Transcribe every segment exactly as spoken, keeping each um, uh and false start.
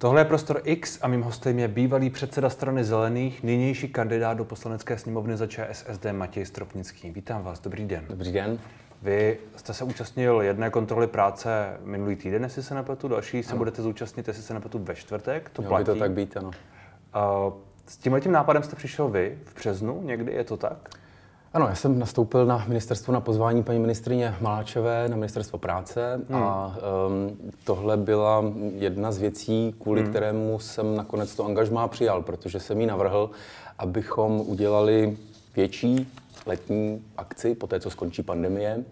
Tohle je Prostor X a mým hostem je bývalý předseda Strany zelených, nynější kandidát do Poslanecké sněmovny za ČSSD Matěj Stropnický. Vítám vás, dobrý den. Dobrý den. Vy jste se účastnil jedné kontroly práce minulý týden, jestli se nepletu, další se ano. budete zúčastnit, jestli se nepletu, ve čtvrtek, to Mělo platí. by to tak být, ano. Uh, s tímhletím nápadem jste přišel vy v březnu, někdy je to tak? Ano, já jsem nastoupil na ministerstvo na pozvání paní ministryně Maláčové na ministerstvo práce hmm. a um, tohle byla jedna z věcí, kvůli hmm. kterému jsem nakonec to angažmá přijal, protože jsem jí navrhl, abychom udělali větší letní akci po té, co skončí pandemie,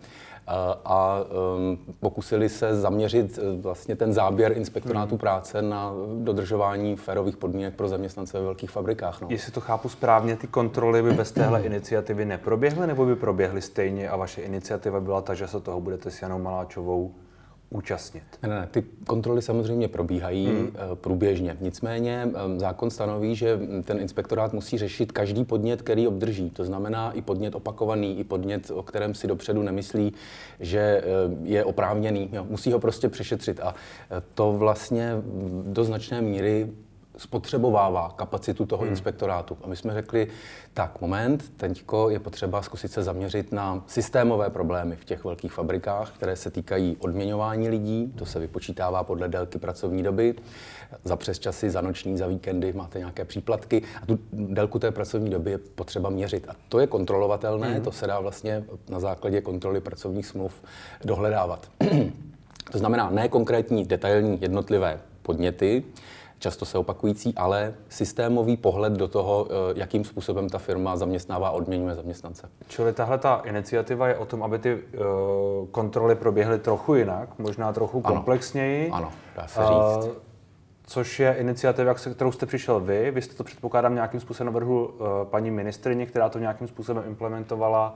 a um, pokusili se zaměřit vlastně ten záběr inspektorátu hmm. práce na dodržování férových podmínek pro zaměstnance ve velkých fabrikách. No. Jestli to chápu správně, ty kontroly by bez téhle iniciativy neproběhly, nebo by proběhly stejně a vaše iniciativa byla ta, že se toho budete s Janou Maláčovou účastnit? Ne, ne, ty kontroly samozřejmě probíhají hmm. průběžně. Nicméně zákon stanoví, že ten inspektorát musí řešit každý podnět, který obdrží. To znamená i podnět opakovaný, i podnět, o kterém si dopředu nemyslí, že je oprávněný. Jo, musí ho prostě přešetřit a to vlastně do značné míry spotřebovává kapacitu toho hmm. inspektorátu. A my jsme řekli, tak moment, teďko je potřeba zkusit se zaměřit na systémové problémy v těch velkých fabrikách, které se týkají odměňování lidí, to se vypočítává podle délky pracovní doby, za přesčasy, za noční, za víkendy máte nějaké příplatky a tu délku té pracovní doby je potřeba měřit. A to je kontrolovatelné, hmm. to se dá vlastně na základě kontroly pracovních smluv dohledávat. To znamená ne konkrétní, detailní, jednotlivé podněty, často se opakující, ale systémový pohled do toho, jakým způsobem ta firma zaměstnává a odměňuje zaměstnance. Čili tahle ta iniciativa je o tom, aby ty uh, kontroly proběhly trochu jinak, možná trochu komplexněji. Ano, ano, dá se říct. Uh, což je iniciativa, kterou jste přišel vy. Vy jste to, předpokládám, nějakým způsobem navrhl uh, paní ministryni, která to nějakým způsobem implementovala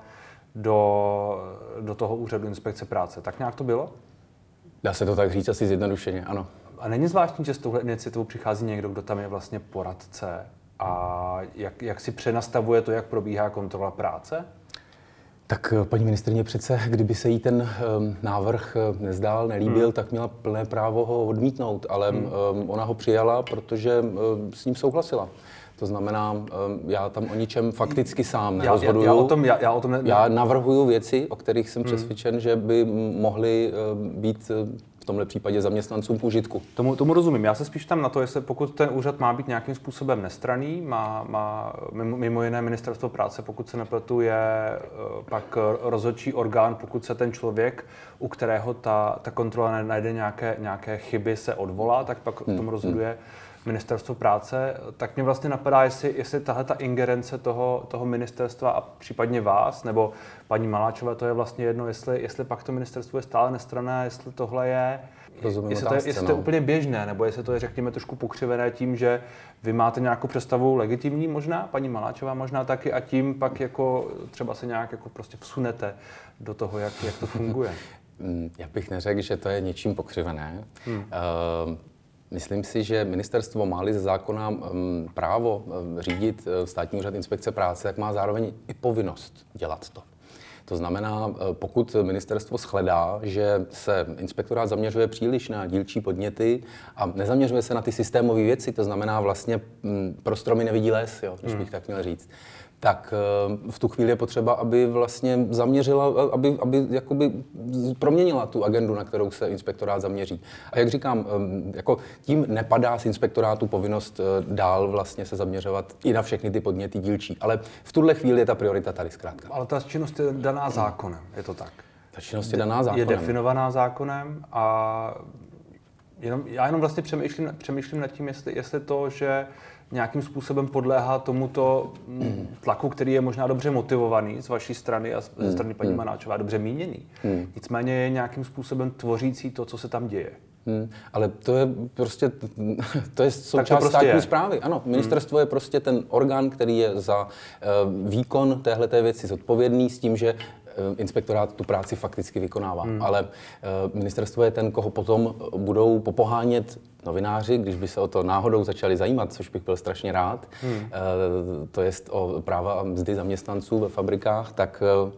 do, do toho úřadu inspekce práce. Tak nějak to bylo? Dá se to tak říct asi zjednodušeně, ano. A není zvláštní, že s touhle iniciativou přichází někdo, kdo tam je vlastně poradce a jak, jak si přenastavuje to, jak probíhá kontrola práce? Tak paní ministryně přece, kdyby se jí ten um, návrh nezdál, nelíbil, hmm. tak měla plné právo ho odmítnout, ale hmm. um, ona ho přijala, protože um, s ním souhlasila. To znamená, um, já tam o ničem fakticky sám nerozhoduju. Já, já, já, o tom, já, já, o tom ne... já navrhuju věci, o kterých jsem hmm. přesvědčen, že by mohly uh, být v tomhle případě zaměstnancům k užitku. Tomu, tomu rozumím. Já se spíš tam na to, jestli pokud ten úřad má být nějakým způsobem nestranný, má, má mimo jiné ministerstvo práce, pokud se nepletu, je pak rozhodčí orgán, pokud se ten člověk, u kterého ta, ta kontrola najde nějaké, nějaké chyby, se odvolá, tak pak hmm. tomu rozhoduje hmm. ministerstvo práce. Tak mě vlastně napadá, jestli, jestli tahle ta ingerence toho, toho ministerstva a případně vás, nebo paní Maláčové, to je vlastně jedno, jestli, jestli pak to ministerstvo je stále nestranné, jestli tohle je, Rozumím jestli, to je, jestli to je úplně běžné, nebo jestli to je, řekněme, trošku pokřivené tím, že vy máte nějakou představu legitimní možná, paní Maláčová možná taky, a tím pak jako třeba se nějak jako prostě vsunete do toho, jak, jak to funguje. Já bych neřekl, že to je něčím pokřivené. Hmm. Uh, Myslím si, že ministerstvo má-li ze zákona um, právo um, řídit uh, státní úřad inspekce práce, tak má zároveň i povinnost dělat to. To znamená, uh, pokud ministerstvo shledá, že se inspektorát zaměřuje příliš na dílčí podněty a nezaměřuje se na ty systémové věci, to znamená vlastně um, pro stromy nevidí les, jo, když bych tak měl říct, tak v tu chvíli je potřeba, aby vlastně zaměřila, aby, aby jakoby proměnila tu agendu, na kterou se inspektorát zaměří. A jak říkám, jako tím nepadá z inspektorátu povinnost dál vlastně se zaměřovat i na všechny ty podněty dílčí. Ale v tuhle chvíli je ta priorita tady zkrátka. Ale ta činnost je daná zákonem, je to tak? Ta činnost je daná zákonem. Je definovaná zákonem a jenom, já jenom vlastně přemýšlím, přemýšlím nad tím, jestli, jestli to, že nějakým způsobem podléhá tomuto tlaku, který je možná dobře motivovaný z vaší strany a ze strany paní hmm. Maláčové, dobře míněný. Hmm. Nicméně je nějakým způsobem tvořící to, co se tam děje. Hmm, ale to je prostě, to je součást to prostě státní je. správy. Ano, ministerstvo hmm. je prostě ten orgán, který je za uh, výkon téhleté věci zodpovědný s tím, že inspektorát tu práci fakticky vykonává. Hmm. Ale uh, ministerstvo je ten, koho potom budou popohánět novináři, když by se o to náhodou začali zajímat, což bych byl strašně rád, hmm. uh, to jest o práva a mzdy zaměstnanců ve fabrikách, tak uh,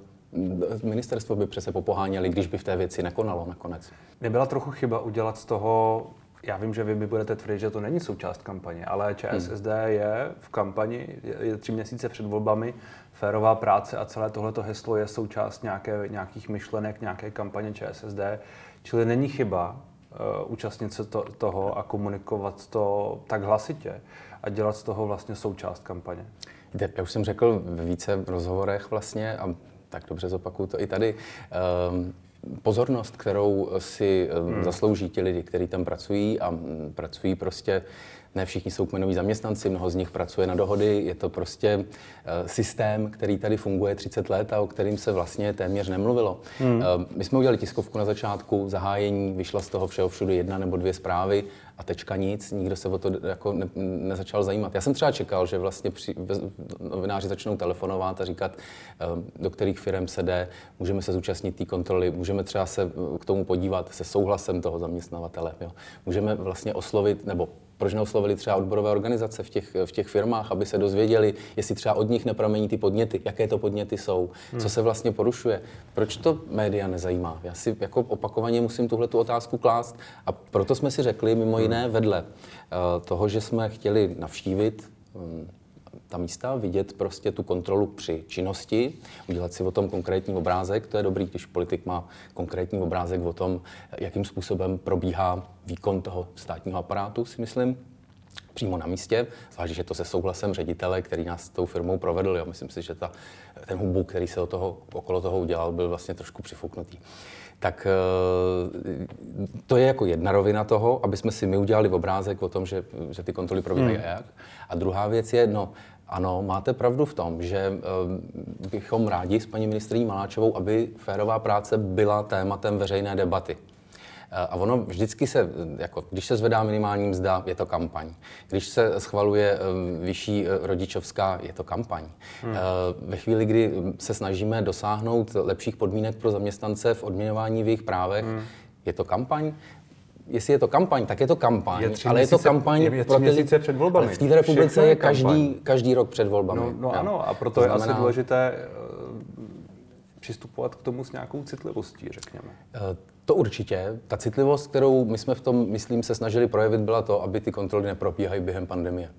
ministerstvo by přece popoháněli, když by v té věci nekonalo nakonec. Nebyla trochu chyba udělat z toho Já vím, že vy mi budete tvrdit, že to není součást kampaně, ale ČSSD hmm. je v kampani, je tři měsíce před volbami, férová práce a celé tohleto heslo je součást nějaké, nějakých myšlenek, nějaké kampaně ČSSD, čili není chyba uh, účastnit se to, toho a komunikovat to tak hlasitě a dělat z toho vlastně součást kampaně. Já už jsem řekl ve více rozhovorech vlastně, a tak dobře zopakuju to i tady, um, pozornost, kterou si hmm. zaslouží ti lidi, kteří tam pracují a pracují prostě, ne všichni jsou kmenoví zaměstnanci, mnoho z nich pracuje na dohody, je to prostě systém, který tady funguje třicet let a o kterým se vlastně téměř nemluvilo. Hmm. My jsme udělali tiskovku na začátku, zahájení, vyšla z toho všeho všude jedna nebo dvě zprávy a tečka nic, nikdo se o to jako ne, nezačal zajímat. Já jsem třeba čekal, že vlastně při, novináři začnou telefonovat a říkat, do kterých firem se jde, můžeme se zúčastnit té kontroly, můžeme třeba se k tomu podívat se souhlasem toho zaměstnavatele. Jo. Můžeme vlastně oslovit, nebo proč neoslovili třeba odborové organizace v těch, v těch firmách, aby se dozvěděli, jestli třeba od nich nepramení ty podněty, jaké to podněty jsou, hmm. co se vlastně porušuje. Proč to média nezajímá? Já si jako opakovaně musím tuhle tu otázku klást a proto jsme si řekli, mimo jiné vedle uh, toho, že jsme chtěli navštívit um, ta místa, vidět prostě tu kontrolu při činnosti, udělat si o tom konkrétní obrázek. To je dobrý, když politik má konkrétní obrázek o tom, jakým způsobem probíhá výkon toho státního aparátu, si myslím, přímo na místě, zvlášť, že to se souhlasem ředitele, který nás s tou firmou provedl. Jo. Myslím si, že ta, ten humbuk, který se od toho, okolo toho udělal, byl vlastně trošku přifouknutý. Tak to je jako jedna rovina toho, aby jsme si my udělali obrázek o tom, že, že ty kontroly probíhají hmm. jak. A druhá věc je, no ano, máte pravdu v tom, že bychom rádi s paní ministryní Maláčovou, aby férová práce byla tématem veřejné debaty. A ono vždycky se, jako, když se zvedá minimální mzda, je to kampaň. Když se schvaluje vyšší rodičovská, je to kampaň. Hmm. Ve chvíli, kdy se snažíme dosáhnout lepších podmínek pro zaměstnance v odměňování v jejich právech, hmm. je to kampaň. Jestli je to kampaň, tak je to kampaň, je ale je to kampaň je, je pro měsíce před volbami. Ale v této republice je každý, každý rok před volbami. No, no ano, a proto to je znamená, asi důležité uh, přistupovat k tomu s nějakou citlivostí, řekněme. Uh, To určitě. Ta citlivost, kterou my jsme v tom, myslím, se snažili projevit, byla to, aby ty kontroly neprobíhají během pandemie.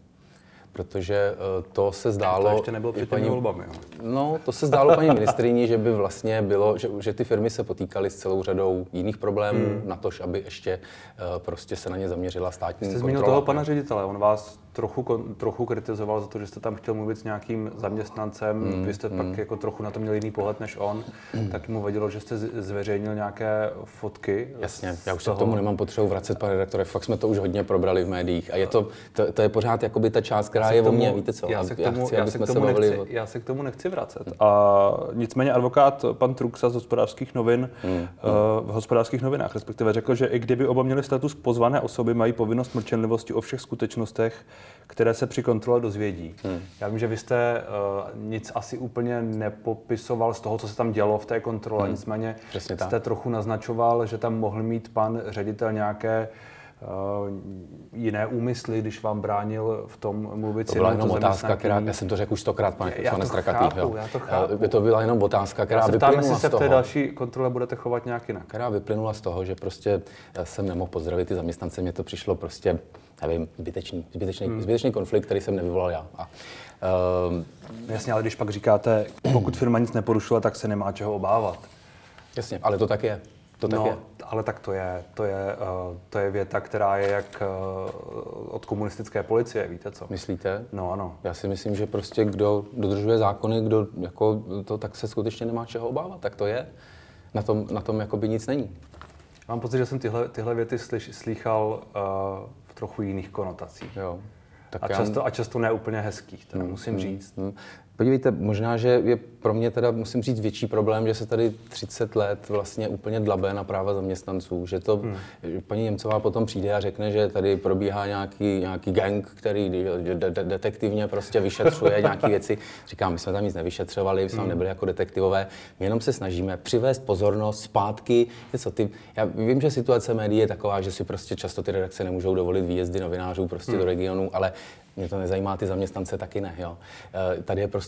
Protože to se zdálo... To ještě nebylo před těmi volbami. No, to se zdálo paní ministryni, že by vlastně bylo, že, že ty firmy se potýkaly s celou řadou jiných problémů, hmm. na to, aby ještě uh, prostě se na ně zaměřila státní kontrola. Jste zmínil toho pana ředitele, on vás trochu, trochu kritizoval za to, že jste tam chtěl mluvit s nějakým zaměstnancem, hmm. vy jste hmm. pak jako trochu na to měl jiný pohled než on, hmm. tak mu vadilo, že jste zveřejnil nějaké fotky. Jasně, já už se k tomu nemám potřebu vracet, pane redaktore, fakt jsme to už hodně probrali v médiích a je to, to, to je pořád jakoby ta část, která je o mně, víte co? Já se k tomu, já chci, já se k tomu, nechci, o... já se k tomu nechci vracet. A nicméně advokát pan Truxa z Hospodářských novin hmm. uh, v Hospodářských novinách respektive řekl, že i kdyby oba měli status pozvané osoby, mají povinnost mlčenlivosti o všech skutečnostech, které se při kontrole dozvědí. Hmm. Já vím, že vy jste uh, nic asi úplně nepopisoval z toho, co se tam dělo v té kontrole, hmm. nicméně Přesně jste tak. trochu naznačoval, že tam mohl mít pan ředitel nějaké Uh, jiné úmysly, když vám bránil v tom mluvit to byla jenom otázka, která, já jsem to řekl už stokrát, pane poslanec Strakatý. Já to chápu. To byla jenom otázka, která vyplynula z toho. Se v té další kontrole budete chovat nějak jinak. Která vyplynula z toho, že prostě já jsem nemohl pozdravit ty zaměstnance, mně to přišlo prostě, nevím, zbytečný, zbytečný, hmm. zbytečný konflikt, který jsem nevyvolal já. A, uh, Jasně, ale když pak říkáte, pokud firma nic neporušila, tak se nemá čeho obávat. Jasně, ale to tak je. To tak no, je. ale tak to je, to je, uh, to je věta, která je jak uh, od komunistické policie, víte co? Myslíte? No ano. Já si myslím, že prostě kdo dodržuje zákony, kdo jako to, tak se skutečně nemá čeho obávat, tak to je. Na tom, na tom jakoby nic není. Mám pocit, že jsem tyhle, tyhle věty slyš, slýchal uh, v trochu jiných konotacích. Jo. Tak a, často, já... a často ne úplně hezkých, teda hmm, musím hmm, říct. Hmm. Podívejte, možná, že je pro mě teda, musím říct, větší problém, že se tady třicet let vlastně úplně dlabe na práva zaměstnanců, že to, hmm. že paní Němcová potom přijde a řekne, že tady probíhá nějaký, nějaký gang, který de- de- detektivně prostě vyšetřuje nějaké věci. Říkám, my jsme tam nic nevyšetřovali, my jsme tam hmm. nebyli jako detektivové, my jenom se snažíme přivést pozornost zpátky. Co, ty, já vím, že situace médií je taková, že si prostě často ty redakce nemůžou dovolit výjezdy novinářů prostě hmm. do regionů, ale mě to nezajímá, ty zaměstnance taky ne. Jo. Tady je prostě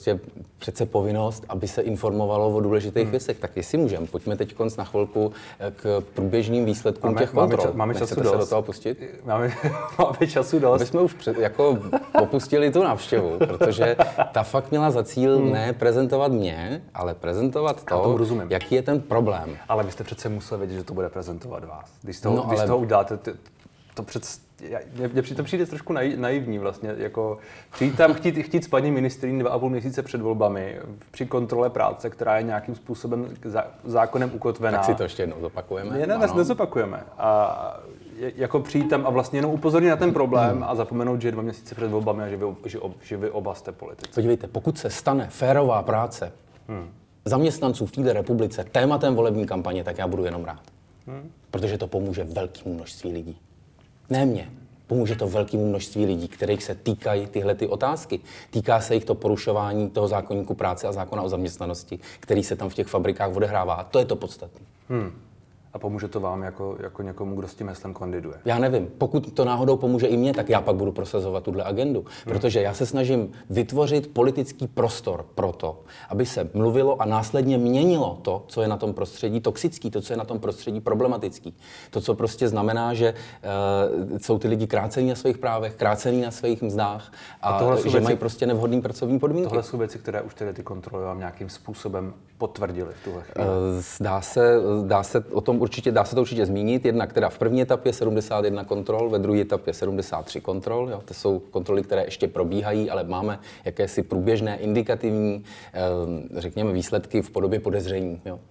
prostě přece povinnost, aby se informovalo o důležitých hmm. věcech. Tak jestli můžeme, pojďme teď konc na chvilku k průběžným výsledkům máme, těch kontrol. Máme, ča, máme času se dost. do toho pustit? Máme, máme času dost. My jsme už před, jako popustili tu návštěvu, protože ta fakt měla za cíl hmm. ne prezentovat mě, ale prezentovat to, jaký je ten problém. Ale vy jste přece museli vědět, že to bude prezentovat vás. Když toho, no, když ale... toho udáte, to, to před, mně to přijde trošku naivní vlastně, jako přijít tam chtít, chtít s paní ministryní dva a půl měsíce před volbami při kontrole práce, která je nějakým způsobem zákonem ukotvená. Tak si to ještě jednou zopakujeme. Ne, ne, ne, nezopakujeme. A jako přijít tam a vlastně jenom upozornit na ten problém hmm. a zapomenout, že je dva měsíce před volbami a že vy, že, že vy oba jste politici. Podívejte, pokud se stane férová práce hmm. zaměstnanců v této republice tématem volební kampaně, tak já budu jenom rád. Hmm. Protože to pomůže velkému množství lidí. Ne mě. Pomůže to velkému množství lidí, kterých se týkají tyhle ty otázky. Týká se jich to porušování toho zákoníku práce a zákona o zaměstnanosti, který se tam v těch fabrikách odehrává. A to je to podstatné. Hmm. A pomůže to vám jako, jako někomu, kdo s tím heslem kandiduje? Já nevím. Pokud to náhodou pomůže i mně, tak já pak budu prosazovat tuhle agendu. Hmm. Protože já se snažím vytvořit politický prostor pro to, aby se mluvilo a následně měnilo to, co je na tom prostředí toxický, to, co je na tom prostředí problematický. To, co prostě znamená, že uh, jsou ty lidi krácení na svých právech, krácení na svých mzdách a, a že věci, mají prostě nevhodné pracovní podmínky. Tohle jsou věci, které už tedy ty kontroly vám nějakým způsobem potvrdily v tuhle chvíli. Uh, dá se, dá se o tom určitě, dá se to určitě zmínit, jednak teda v první etapě sedmdesát jedna kontrol, ve druhé etapě sedmdesát tři kontrol, jo, to jsou kontroly, které ještě probíhají, ale máme jakési průběžné, indikativní, řekněme, výsledky v podobě podezření. Jo.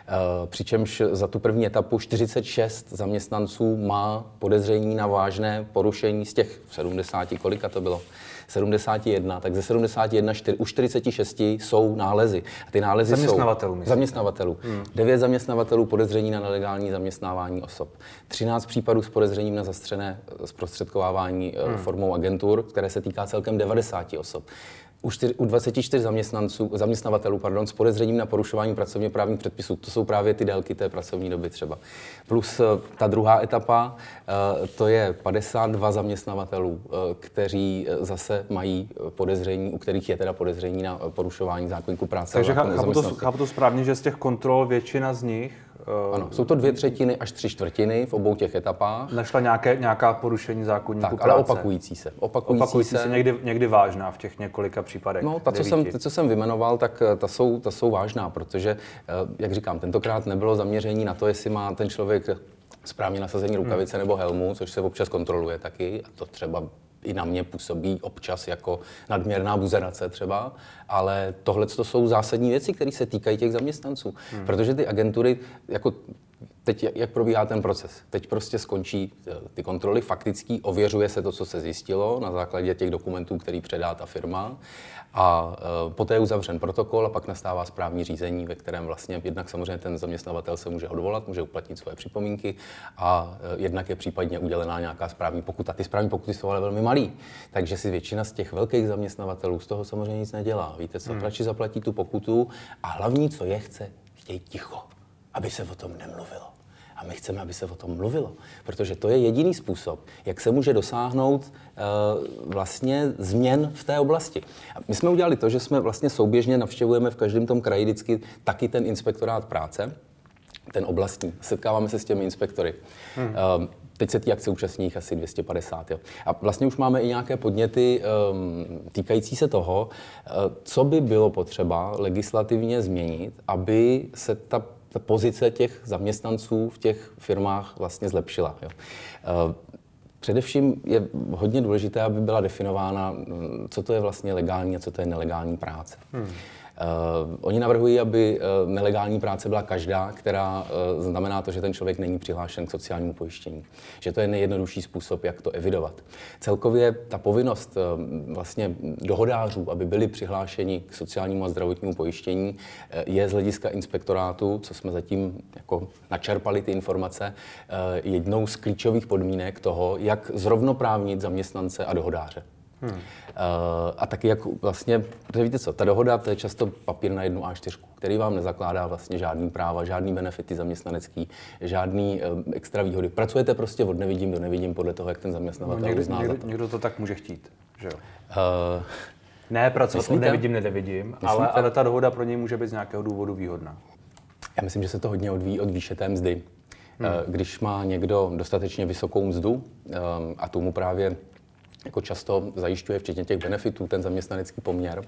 Přičemž za tu první etapu čtyřicet šest zaměstnanců má podezření na vážné porušení z těch sedmdesáti, kolika to bylo? sedmdesát jedna, tak ze sedmdesát jedna čtyři, u čtyřicet šest jsou nálezy. A ty nálezy zaměstnavatelů, jsou myslím. zaměstnavatelů. Hmm. devět zaměstnavatelů podezření na nelegální zaměstnávání osob. třináct případů s podezřením na zastřené zprostředkovávání hmm. formou agentur, které se týká celkem devadesáti osob. U, čtyř, u dvaceti čtyř zaměstnanců, zaměstnavatelů pardon, s podezřením na porušování pracovně právních předpisů. To jsou právě ty délky té pracovní doby třeba. Plus ta druhá etapa, to je padesát dva zaměstnavatelů, kteří zase mají podezření, u kterých je teda podezření na porušování zákoníku práce. Takže chápu to, chápu to správně, že z těch kontrol většina z nich... Ano, jsou to dvě třetiny až tři čtvrtiny v obou těch etapách. Našla nějaké, nějaká porušení zákoníku tak, práce. ale opakující se. Opakující, opakující se, se někdy, někdy vážná v těch několika případech. No, ta, co jsem, ta, co jsem vymenoval, tak ta jsou, ta jsou vážná, protože, jak říkám, tentokrát nebylo zaměření na to, jestli má ten člověk správně nasazení rukavice hmm. nebo helmu, což se občas kontroluje taky, a to třeba i na mě působí občas jako nadměrná buzerace třeba, ale tohle to jsou zásadní věci, které se týkají těch zaměstnanců, hmm. protože ty agentury, jako teď, jak probíhá ten proces? Teď prostě skončí ty kontroly faktický, ověřuje se to, co se zjistilo na základě těch dokumentů, který předá ta firma a e, poté je uzavřen protokol a pak nastává správní řízení, ve kterém vlastně jednak samozřejmě ten zaměstnavatel se může odvolat, může uplatnit svoje připomínky a e, jednak je případně udělená nějaká správní pokuta. Ty správní pokuty jsou ale velmi malý, takže si většina z těch velkých zaměstnavatelů z toho samozřejmě nic nedělá. Víte co, hmm. radši zaplatí tu pokutu a hlavní, co je, chce, chtějí ticho, aby se o tom nemluvilo. A my chceme, aby se o tom mluvilo, protože to je jediný způsob, jak se může dosáhnout uh, vlastně změn v té oblasti. A my jsme udělali to, že jsme vlastně souběžně navštěvujeme v každém tom kraji vždycky taky ten inspektorát práce, ten oblastní. Setkáváme se s těmi inspektory. Hmm. Uh, Teď se té akce účastní jich asi dvě stě padesát. Jo. A vlastně už máme i nějaké podněty um, týkající se toho, uh, co by bylo potřeba legislativně změnit, aby se ta ta pozice těch zaměstnanců v těch firmách vlastně zlepšila. Jo. Především je hodně důležité, aby byla definována, co to je vlastně legální a co to je nelegální práce. Hmm. Uh, oni navrhují, aby uh, nelegální práce byla každá, která uh, znamená to, že ten člověk není přihlášen k sociálnímu pojištění. Že to je nejjednodušší způsob, jak to evidovat. Celkově ta povinnost uh, vlastně dohodářů, aby byli přihlášeni k sociálnímu a zdravotnímu pojištění, uh, je z hlediska inspektorátu, co jsme zatím jako načerpali ty informace, uh, jednou z klíčových podmínek toho, jak zrovnoprávnit zaměstnance a dohodáře. Hmm. Uh, a taky jak vlastně, protože víte co, ta dohoda, to je často papír na jednu á čtyři, který vám nezakládá vlastně žádný práva, žádný benefity zaměstnanecký, žádný uh, extra výhody. Pracujete prostě od nevidím do nevidím podle toho, jak ten zaměstnavatel no, někdy, uzná někdy, za to. Někdo to tak může chtít, že jo? Uh, Ne, pracovat nevidím, nevidím, ale, ale ta dohoda pro něj může být z nějakého důvodu výhodná. Já myslím, že se to hodně odvíjí od výše té mzdy. Hmm. Když má někdo dostatečně vysokou mzdu a tu mu právě jako často zajišťuje, včetně těch benefitů, ten zaměstnanecký poměr,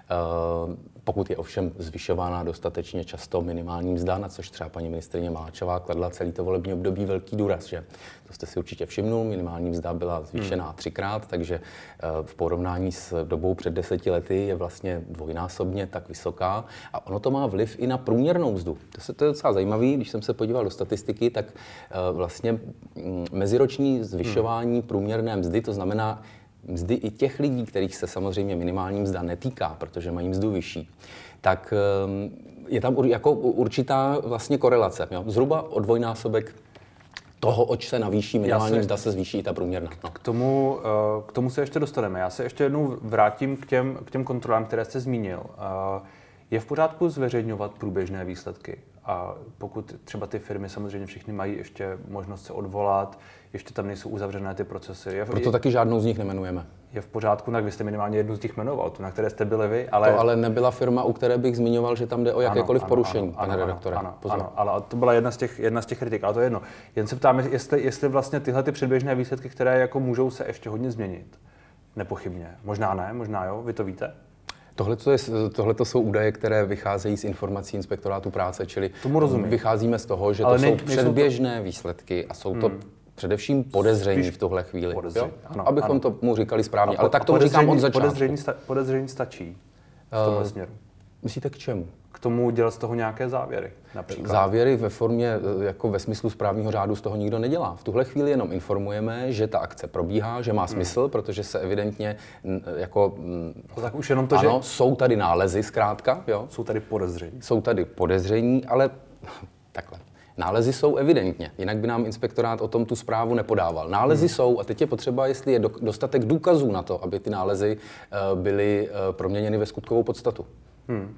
pokud je ovšem zvyšována dostatečně často minimální mzda, na což třeba paní ministryně Maláčová kladla celý to volební období velký důraz, že to jste si určitě všimnul, minimální mzda byla zvýšená hmm. třikrát, takže v porovnání s dobou před deseti lety je vlastně dvojnásobně tak vysoká a ono to má vliv i na průměrnou mzdu. To, se, to je docela zajímavé, když jsem se podíval do statistiky, tak vlastně meziroční zvyšování průměrné mzdy, to znamená mzdy i těch lidí, kterých se samozřejmě minimální mzda netýká, protože mají mzdu vyšší, tak je tam jako určitá vlastně korelace. Jo? Zhruba o dvojnásobek toho, oč se navýší minimální se, mzda, se zvýší i ta průměrná. No. K tomu, k tomu se ještě dostaneme. Já se ještě jednou vrátím k těm, k těm kontrolám, které jste zmínil. Je v pořádku zveřejňovat průběžné výsledky? A pokud třeba ty firmy samozřejmě všechny mají ještě možnost se odvolat, ještě tam nejsou uzavřené ty procesy. Je, Proto je, taky žádnou z nich nemenujeme. Je v pořádku, tak vy jste minimálně jednu z nich jmenoval, tu, na které jste byli vy, ale... To ale nebyla firma, u které bych zmiňoval, že tam jde o jakékoliv ano, porušení, ano, pane ano, redaktore. Ano, ano, ale to byla jedna z těch, jedna z těch kritik, ale to je jedno. Jen se ptám, jestli, jestli vlastně tyhle ty předběžné výsledky, které jako můžou se ještě hodně změnit, nepochybně. Možná ne, možná jo, vy to víte? Tohle to jsou údaje, které vycházejí z informací Inspektorátu práce, čili tomu rozumím. Vycházíme z toho, že ale to nej, jsou předběžné to... výsledky a jsou to hmm. především podezření Spíš v tuhle chvíli. Jo? Ano, Abychom ano. to mu říkali správně, a ale tak tomu říkám od začátku. Podezření, sta, podezření stačí v tomhle uh, směru. Myslíte k čemu? K tomu dělat z toho nějaké závěry, například. Závěry ve formě, jako ve smyslu správního řádu z toho nikdo nedělá. V tuhle chvíli jenom informujeme, že ta akce probíhá, že má smysl, hmm. protože se evidentně jako... No, tak už jenom to, ano, že... jsou tady nálezy zkrátka, jo. Jsou tady podezření. Jsou tady podezření, ale takhle. Nálezy jsou evidentně, jinak by nám inspektorát o tom tu zprávu nepodával. Nálezy hmm. jsou a teď je potřeba, jestli je dostatek důkazů na to, aby ty nálezy byly proměněny ve skutkovou podstatu. Hmm.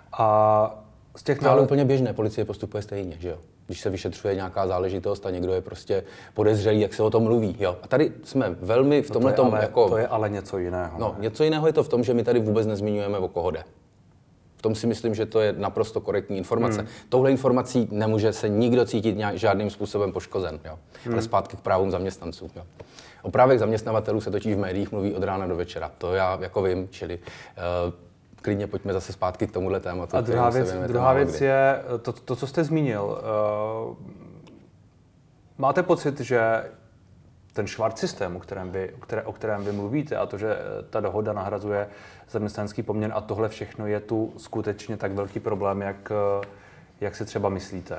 A z těch nále... Ale úplně běžné, policie postupuje stejně, že jo? Když se vyšetřuje nějaká záležitost a někdo je prostě podezřelý, jak se o tom mluví, jo? A tady jsme velmi v tomhle tom jako... To je ale něco jiného. No, ne? Něco jiného je to v tom, že my tady vůbec nezmiňujeme, o koho jde. V tom si myslím, že to je naprosto korektní informace. Hmm. Touhle informací nemůže se nikdo cítit nějak, žádným způsobem poškozen, jo? Hmm. Ale zpátky k právům zaměstnanců, jo? O právech zaměstnavatelů se totiž v médiích mluví od rána do večera. To já jako vím, čili... Uh, klidně pojďme zase zpátky k tomuhle tématu. A druhá věc, druhá věc je to, to, co jste zmínil. Uh, máte pocit, že ten švart systém, o kterém, vy, o, které, o kterém vy mluvíte, a to, že ta dohoda nahrazuje zaměstnanecký poměr a tohle všechno je tu skutečně tak velký problém, jak, jak si třeba myslíte?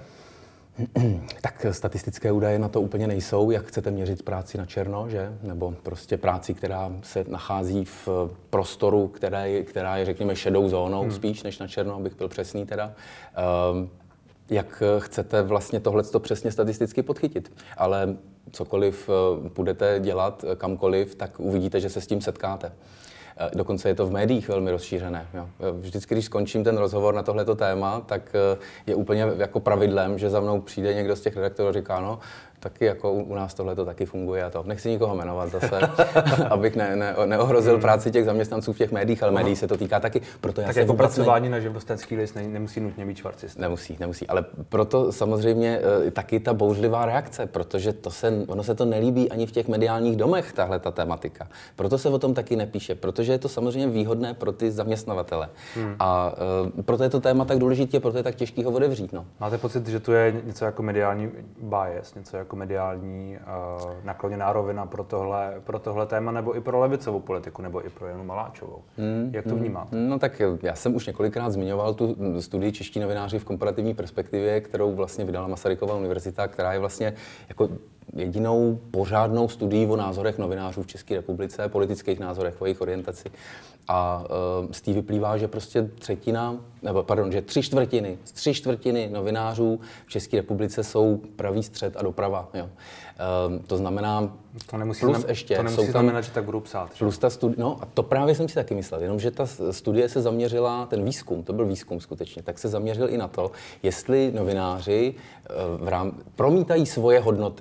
Tak statistické údaje na to úplně nejsou, jak chcete měřit práci na černo, že? Nebo prostě práci, která se nachází v prostoru, která je, která je řekněme, šedou zónou hmm. spíš než na černo, abych byl přesný teda. Um, jak chcete vlastně tohleto přesně statisticky podchytit. Ale cokoliv budete dělat kamkoliv, tak uvidíte, že se s tím setkáte. Dokonce je to v médiích velmi rozšířené. Jo. Vždycky, když skončím ten rozhovor na tohleto téma, tak je úplně jako pravidlem, že za mnou přijde někdo z těch redaktorů a říká, no, taky jako u nás tohle to taky funguje a to. Nechci nikoho jmenovat zase, abych ne, ne, neohrozil práci těch zaměstnanců v těch médiích, ale médií se to týká taky. Proto já tak jako pracování na živnostenský list nemusí nutně být švart systém. Nemusí, nemusí, ale proto samozřejmě taky ta bouřlivá reakce, protože to se, ono se to nelíbí ani v těch mediálních domech, tahle ta tematika. Proto se o tom taky nepíše, protože je to samozřejmě výhodné pro ty zaměstnavatele. Hmm. A uh, proto je to téma tak důležité, proto je tak těžký ho otevřít. No. Máte pocit, že to je něco jako mediální bias, něco jako mediální uh, nakloněná rovina pro tohle, pro tohle téma, nebo i pro levicovou politiku, nebo i pro Janu Maláčovou? Hmm. Jak to vnímáte? No tak já jsem už několikrát zmiňoval tu studii Čeští novináři v komparativní perspektivě, kterou vlastně vydala Masarykova univerzita, která je vlastně jako jedinou pořádnou studií o názorech novinářů v České republice, politických názorech, o jejich orientaci. A uh, z té vyplývá, že prostě třetina, nebo pardon, že tři čtvrtiny, tři čtvrtiny novinářů v České republice jsou pravý střed a doprava. Jo. Uh, to znamená, to nemusí plus znam, ještě, to nemusí jsou znamenat, tam, že tak budou psát. Plus ta studi- no a to právě jsem si taky myslel, jenomže ta studie se zaměřila, ten výzkum, to byl výzkum skutečně, tak se zaměřil i na to, jestli novináři uh, v rám, promítají svoje hodnoty uh,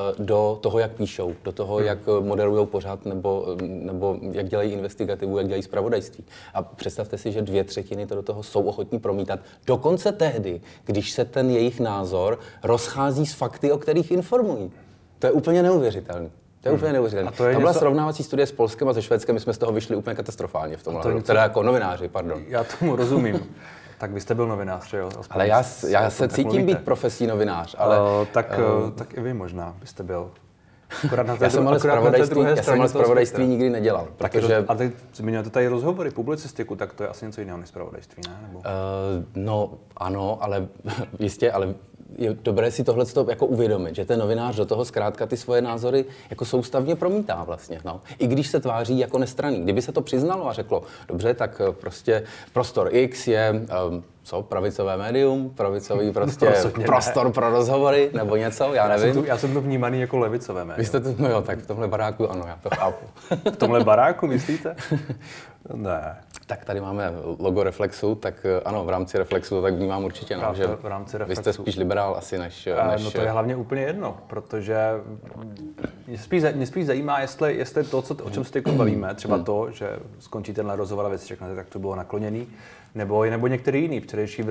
do toho, jak píšou, do toho, hmm. jak moderujou pořad, nebo, nebo jak dělají investigativu, jak dělají zpravodajství. A představte si, že dvě třetiny to do toho jsou ochotní promítat. Dokonce tehdy, když se ten jejich názor rozchází s fakty, o kterých informují. To je úplně neuvěřitelné. To je úplně neuvěřitelné. To, to byla něco... srovnávací studie s Polskem a se Švédskem, my jsme z toho vyšli úplně katastrofálně v tomhle. To něco... Teda jako novináři, pardon. Já tomu rozumím. Tak vy jste byl novinář, jo? Aspoň ale já, já se cítím mluvíte. Být profesní novinář, ale... Uh, tak, uh, tak i vy možná byste byl. Na té, já jsem ale zpravodajství, já jsem ale zpravodajství nikdy nedělal. Protože... A teď zmiňujete tady rozhovory, publicistiku, tak to je asi něco jiného než zpravodajství, ne? Nebo... Uh, no ano, ale jistě, ale je dobré si tohle jako uvědomit, že ten novinář do toho zkrátka ty svoje názory jako soustavně promítá vlastně. No. I když se tváří jako nestranný. Kdyby se to přiznalo a řeklo, dobře, tak prostě Prostor X je um, co, pravicové médium, pravicový prostě no, prostor ne. Pro rozhovory nebo něco, já nevím. Já jsem tu, já jsem tu vnímaný jako levicové médium. Vy jste tu, no jo, tak v tomhle baráku ano, já to chápu. V tomhle baráku myslíte? Ne. Tak tady máme logo Reflexu, tak ano, v rámci Reflexu to tak vnímám určitě, no, že v rámci Reflexu. Vy jste spíš liberál asi než, než... No to je hlavně úplně jedno, protože mě spíš, mě spíš zajímá, jestli, jestli to, co, o čem se teď bavíme, třeba to, že skončí tenhle rozhovor a věc řeknete, tak to bylo nakloněný, nebo, nebo některý jiný, včerejší v,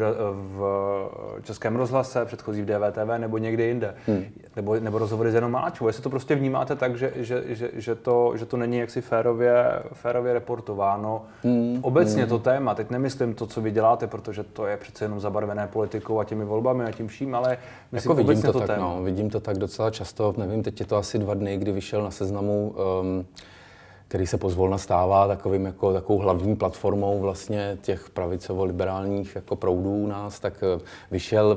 v Českém rozhlase, předchozí v D V T V, nebo někde jinde, hmm. nebo, nebo rozhovory s Janou Maláčovou. Jestli to prostě vnímáte tak, že, že, že, že, to, že to není jaksi férově, férově reportováno. Hmm. Obecně hmm. to téma, teď nemyslím to, co vy děláte, protože to je přece jenom zabarvené politikou a těmi volbami a tím vším, ale myslím jako obecně to, to tak, téma. No, vidím to tak docela často, nevím, teď je to asi dva dny, kdy vyšel na Seznamu, um, který se pozvolna stává takovým jako takovou hlavní platformou vlastně těch pravicovo-liberálních jako proudů u nás, tak vyšel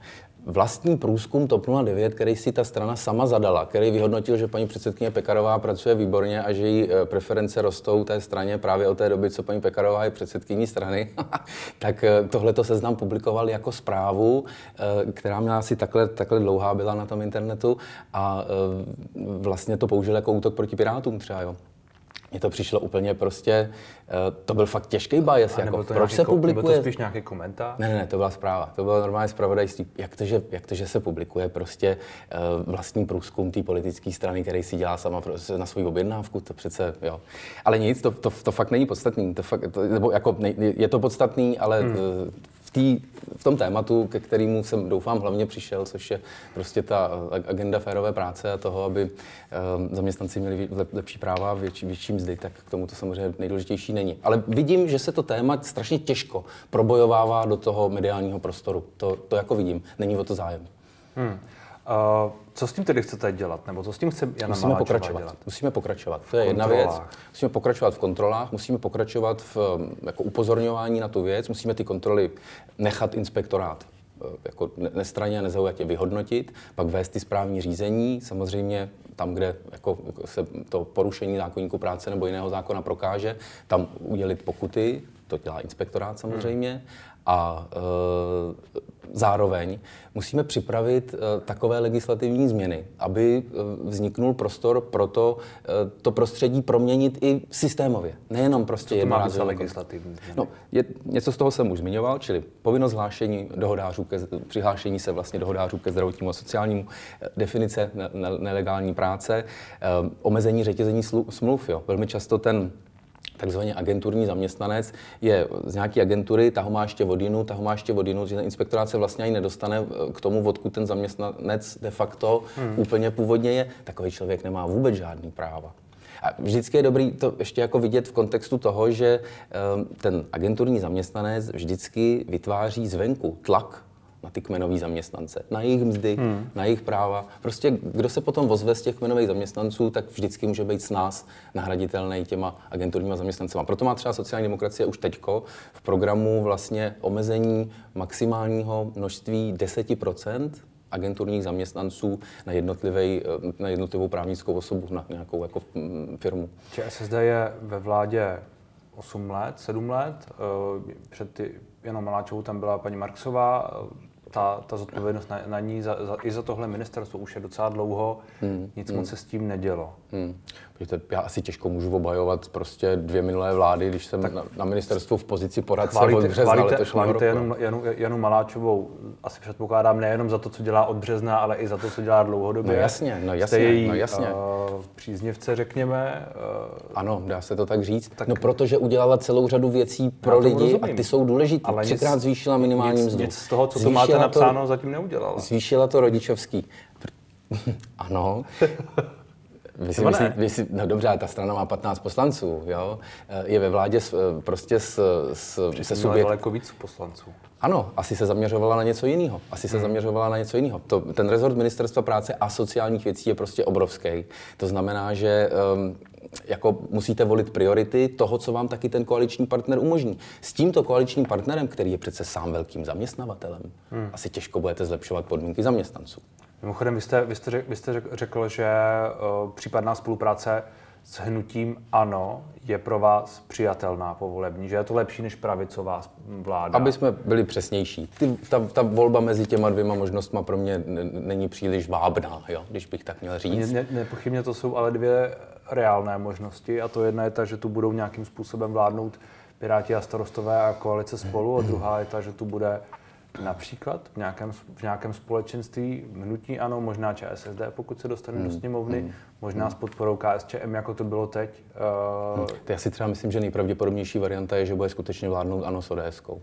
vlastní průzkum TOP nula devět, který si ta strana sama zadala, který vyhodnotil, že paní předsedkyně Pekarová pracuje výborně a že její preference rostou té straně právě od té doby, co paní Pekarová je předsedkyní strany. Tak tohleto Seznam publikoval jako zprávu, která měla asi takhle, takhle dlouhá byla na tom internetu a vlastně to použil jako útok proti Pirátům třeba, jo. Mně to přišlo úplně prostě, to byl fakt těžký bias, jako, proč se publikuje? Nebo to spíš nějaký komentář? Ne, ne, ne, to byla zpráva, to bylo normálně zpravodajství. Jak to, že, jak to, že se publikuje prostě uh, vlastní průzkum té politické strany, který si dělá sama na svou objednávku, to přece, jo. Ale nic, to, to, to fakt není podstatný, to fakt, to, nebo jako, ne, je to podstatný, ale hmm. uh, Tý, v tom tématu, ke kterému jsem doufám hlavně přišel, což je prostě ta agenda férové práce a toho, aby um, zaměstnanci měli lepší práva a větší, větší mzdy, tak k tomu to samozřejmě nejdůležitější není. Ale vidím, že se to téma strašně těžko probojovává do toho mediálního prostoru. To, to jako vidím, není o to zájem. Hmm. Uh, co s tím tedy chcete dělat? Nebo co s tím chce Jana Musíme Maláčová pokračovat. dělat? Musíme pokračovat. To je jedna věc. Musíme pokračovat v kontrolách, musíme pokračovat v jako upozorňování na tu věc, musíme ty kontroly nechat inspektorát jako nestranně a nezaujatě vyhodnotit, pak vést ty správní řízení, samozřejmě tam, kde jako se to porušení zákoníku práce nebo jiného zákona prokáže, tam udělit pokuty, to dělá inspektorát samozřejmě. Hmm. A e, zároveň musíme připravit e, takové legislativní změny, aby e, vzniknul prostor pro to, e, to prostředí proměnit i systémově. Nejenom prostě jednorázově. legislativní změny? No, je, něco z toho jsem už zmiňoval, čili povinnost hlášení dohodářů, ke, přihlášení se vlastně dohodářů ke zdravotnímu a sociálnímu, e, definice ne, ne, nelegální práce, e, omezení řetězení slu, smluv. Jo. Velmi často ten takzvaně agenturní zaměstnanec je z nějaké agentury, ta ho má ještě vodinu, ta ho má ještě vodinu, že ten inspektorát se vlastně ani nedostane k tomu, odkud ten zaměstnanec de facto hmm. úplně původně je. Takový člověk nemá vůbec žádný práva. A vždycky je dobrý to ještě jako vidět v kontextu toho, že um, ten agenturní zaměstnanec vždycky vytváří zvenku tlak na ty kmenový zaměstnance, na jejich mzdy, hmm. na jejich práva. Prostě kdo se potom ozve z těch kmenových zaměstnanců, tak vždycky může být s nás nahraditelný těma agenturníma zaměstnancema. Proto má třeba sociální demokracie už teďko v programu vlastně omezení maximálního množství deset procent agenturních zaměstnanců na, na jednotlivou právnickou osobu, na nějakou jako firmu. ČSSD je ve vládě osm let, sedm let. Před ty Janou Maláčovou tam byla paní Marksová. ta, ta zodpovědnost na, na ní za, za, i za tohle ministerstvo už je docela dlouho, hmm. nic hmm. moc se s tím nedělo. Hmm. Já asi těžko můžu obhajovat prostě dvě minulé vlády, když jsem na, na ministerstvu v pozici poradce od března letošního roku. Janu, Janu, Janu Maláčovou asi předpokládám nejenom za to, co dělá od března, ale i za to, co dělá dlouhodobě. No jasně, no jasně, Jste její, no jasně. Uh, příznivce, řekněme. Uh, ano, dá se to tak říct. Tak, no protože udělala celou řadu věcí pro lidi rozumím. A ty jsou důležitý. Ale Třikrát nic, zvýšila minimální mzdu. Nic z toho, co tu máte napsáno, to, zatím neudělala. Zvýšila to rodičovský. Ano. Vy si myslí, vy si, no dobře, ta strana má patnáct poslanců, jo? Je ve vládě s, prostě s, s, se subjekt... daleko víc poslanců. Ano, asi se zaměřovala na něco jiného. Asi se hmm. zaměřovala na něco jiného. To, ten rezort Ministerstva práce a sociálních věcí je prostě obrovský. To znamená, že um, jako musíte volit priority toho, co vám taky ten koaliční partner umožní. S tímto koaličním partnerem, který je přece sám velkým zaměstnavatelem, hmm. asi těžko budete zlepšovat podmínky zaměstnanců. Mimochodem, vy jste, vy jste, řek, vy jste řekl, že uh, případná spolupráce s hnutím ANO je pro vás přijatelná povolební, že je to lepší než pravicová vláda. Aby jsme byli přesnější. Ty, ta, ta volba mezi těma dvěma možnostma pro mě n- není příliš vábná, jo, když bych tak měl říct. Ne, nepochybně to jsou ale dvě reálné možnosti a to jedna je ta, že tu budou nějakým způsobem vládnout Piráti a Starostové a koalice Spolu a druhá je ta, že tu bude například v nějakém, v nějakém společenství hnutí ANO, možná ČSSD, pokud se dostane hmm. do sněmovny, hmm. možná s podporou KSČM, jako to bylo teď. Uh... Hmm. Já si třeba myslím, že nejpravděpodobnější varianta je, že bude skutečně vládnout ANO s ODSkou.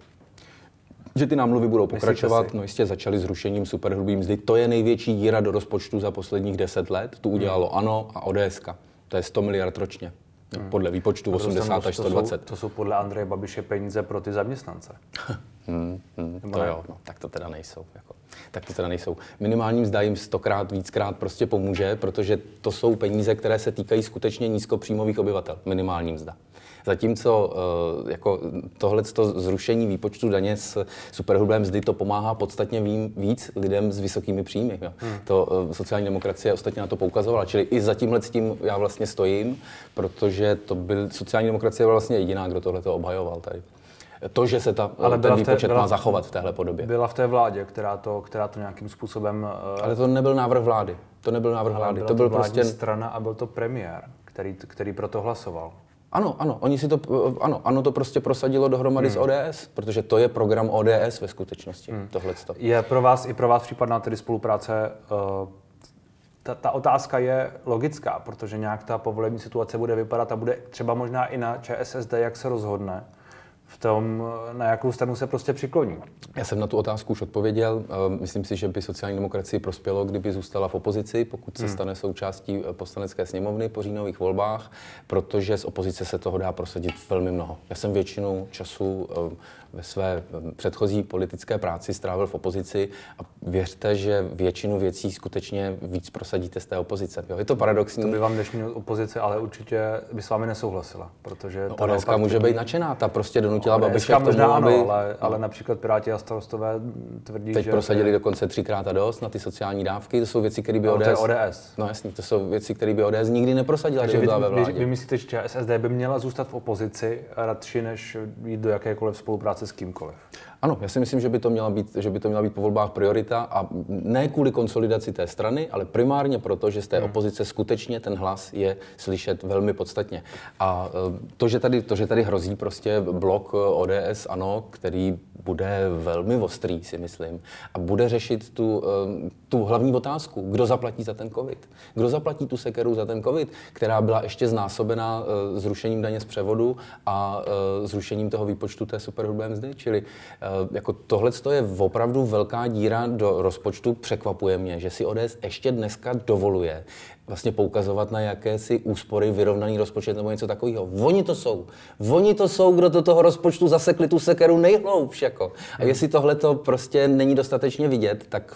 Že ty námluvy budou pokračovat, no jistě začaly zrušením superhrubý mzdy. To je největší díra do rozpočtu za posledních deset let. Tu udělalo hmm. ANO a ODSka. To je sto miliard ročně. Hmm. Podle výpočtu osmdesát až sto dvacet. To jsou, to jsou podle Andreje Babiše peníze pro ty zaměstnance. Hmm, hmm, to jo, no, tak to teda nejsou. Jako. Tak to teda nejsou. Minimální mzda jim stokrát, víckrát prostě pomůže, protože to jsou peníze, které se týkají skutečně nízkopříjmových obyvatel. Minimální mzda. Zatímco uh, jako tohleto zrušení výpočtu daně z superhrubé mzdy to pomáhá podstatně víc lidem s vysokými příjmy. Jo. Hmm. To uh, sociální demokracie ostatně na to poukazovala. Čili i za tímhle s tím já vlastně stojím, protože to byl sociální demokracie vlastně jediná, kdo tohleto obhajoval tady. To, že se ta, ale ten výpočet té, má zachovat v téhle podobě. Byla v té vládě, která to, která to nějakým způsobem... Uh, ale to nebyl návrh vlády. To nebyl návrh vlády. To byl prostě strana a byl to premiér, který, který pro to hlasoval. Ano, ano, oni si to, ano, ano, to prostě prosadilo dohromady hmm. s O D S, protože to je program O D S ve skutečnosti, hmm. tohleto. Je pro vás i pro vás případná tedy spolupráce, uh, ta, ta otázka je logická, protože nějak ta povolební situace bude vypadat a bude třeba možná i na ČSSD, jak se rozhodne v tom, na jakou stranu se prostě přikloní. Já jsem na tu otázku už odpověděl. Myslím si, že by sociální demokracii prospělo, kdyby zůstala v opozici, pokud se hmm. stane součástí poslanecké sněmovny po říjnových volbách, protože z opozice se toho dá prosadit velmi mnoho. Já jsem většinu času ve své předchozí politické práci strávil v opozici a věřte, že většinu věcí skutečně víc prosadíte z té opozice. Jo, je to paradoxní. To by vám dnešní opozice ale určitě by s vámi nesouhlasila, protože... No, O D S ka může být nadšená, ta prostě donutila no, Babiše k tomu, možná aby... ano, ale, ale například Piráti a Starostové tvrdí, teď že... Teď prosadili dokonce třikrát a dost na ty sociální dávky, to jsou věci, které by no, O D S... To je O D S. No jasně, to jsou věci, které by O D S nikdy neprosadila, takže by byla vy, ve vládě. Vy, vy myslíte, že ČSSD by měla zůstat v opozici radši, než jít do jakékoliv spolupráce s kýmkoliv? Ano, já si myslím, že by to měla být, že by to měla být po volbách priorita a ne kvůli konsolidaci té strany, ale primárně proto, že z té hmm. opozice skutečně ten hlas je slyšet velmi podstatně. A to, že tady, to, že tady hrozí prostě blok O D S, ano, který bude velmi ostrý, si myslím, a bude řešit tu, tu hlavní otázku, kdo zaplatí za ten covid. Kdo zaplatí tu sekeru za ten covid, která byla ještě znásobená zrušením daně z převodu a zrušením toho výpočtu té superhrubé mzdy, čili jako tohle je opravdu velká díra do rozpočtu. Překvapuje mě, že si O D S ještě dneska dovoluje vlastně poukazovat na jakési úspory, vyrovnaný rozpočet nebo něco takového. Oni to jsou. Oni to jsou, kdo do toho rozpočtu zasekli tu sekeru nejhloubš. Jako. A jestli tohle to prostě není dostatečně vidět, tak,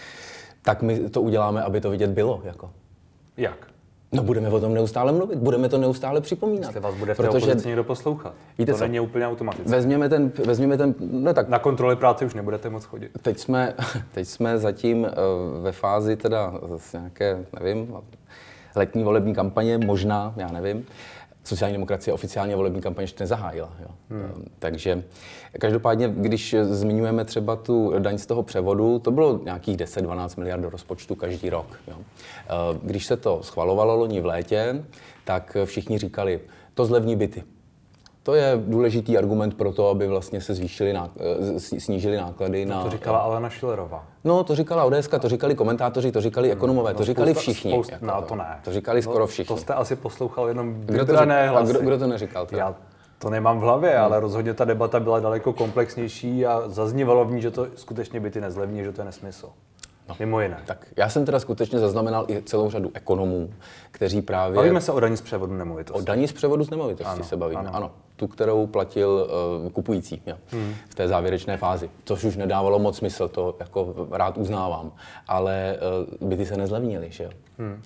tak my to uděláme, aby to vidět bylo. Jako. Jak? No budeme o tom neustále mluvit, budeme to neustále připomínat. Jestli vás bude v té opozici někdo poslouchat. Víte to co? není úplně automatické. Vezměme ten, vezměme ten, no tak. Na kontroly práce už nebudete moc chodit. Teď jsme, teď jsme zatím ve fázi teda nějaké, nevím, letní volební kampaně, možná, já nevím. Sociální demokracie oficiálně volební kampaně ještě nezahájila. Jo. Hmm. Takže každopádně, když zmiňujeme třeba tu daň z toho převodu, to bylo nějakých deset dvanáct miliard do rozpočtu každý rok. Jo. Když se to schvalovalo loni v létě, tak všichni říkali, to zlevní byty. To je důležitý argument pro to, aby vlastně se zvýšili ná, snížili náklady to na... To říkala Alena Schillerová. No, to říkala O D S ka, to říkali komentátoři, to říkali ekonomové, no, to říkali spousta, všichni. Spousta, jako, no, to ne. To říkali skoro no, všichni. To jste asi poslouchal jenom kdo to, vybrané hlasy. kdo, kdo to neříkal? Teda? Já to nemám v hlavě, hmm. ale rozhodně ta debata byla daleko komplexnější a zaznívalo v ní, že to skutečně byty nezlevní, že to je nesmysl. No, mimo jiné. Tak já jsem teda skutečně zaznamenal i celou řadu ekonomů, kteří právě... Bavíme se o daní z převodu nemovitosti. O daní z převodu z nemovitosti ano, se bavíme, ano. ano. Tu, kterou platil uh, kupující, jo, hmm. v té závěrečné fázi. Což už nedávalo moc smysl, to jako rád uznávám. Ale uh, byty se nezlevnily, že jo. Hmm.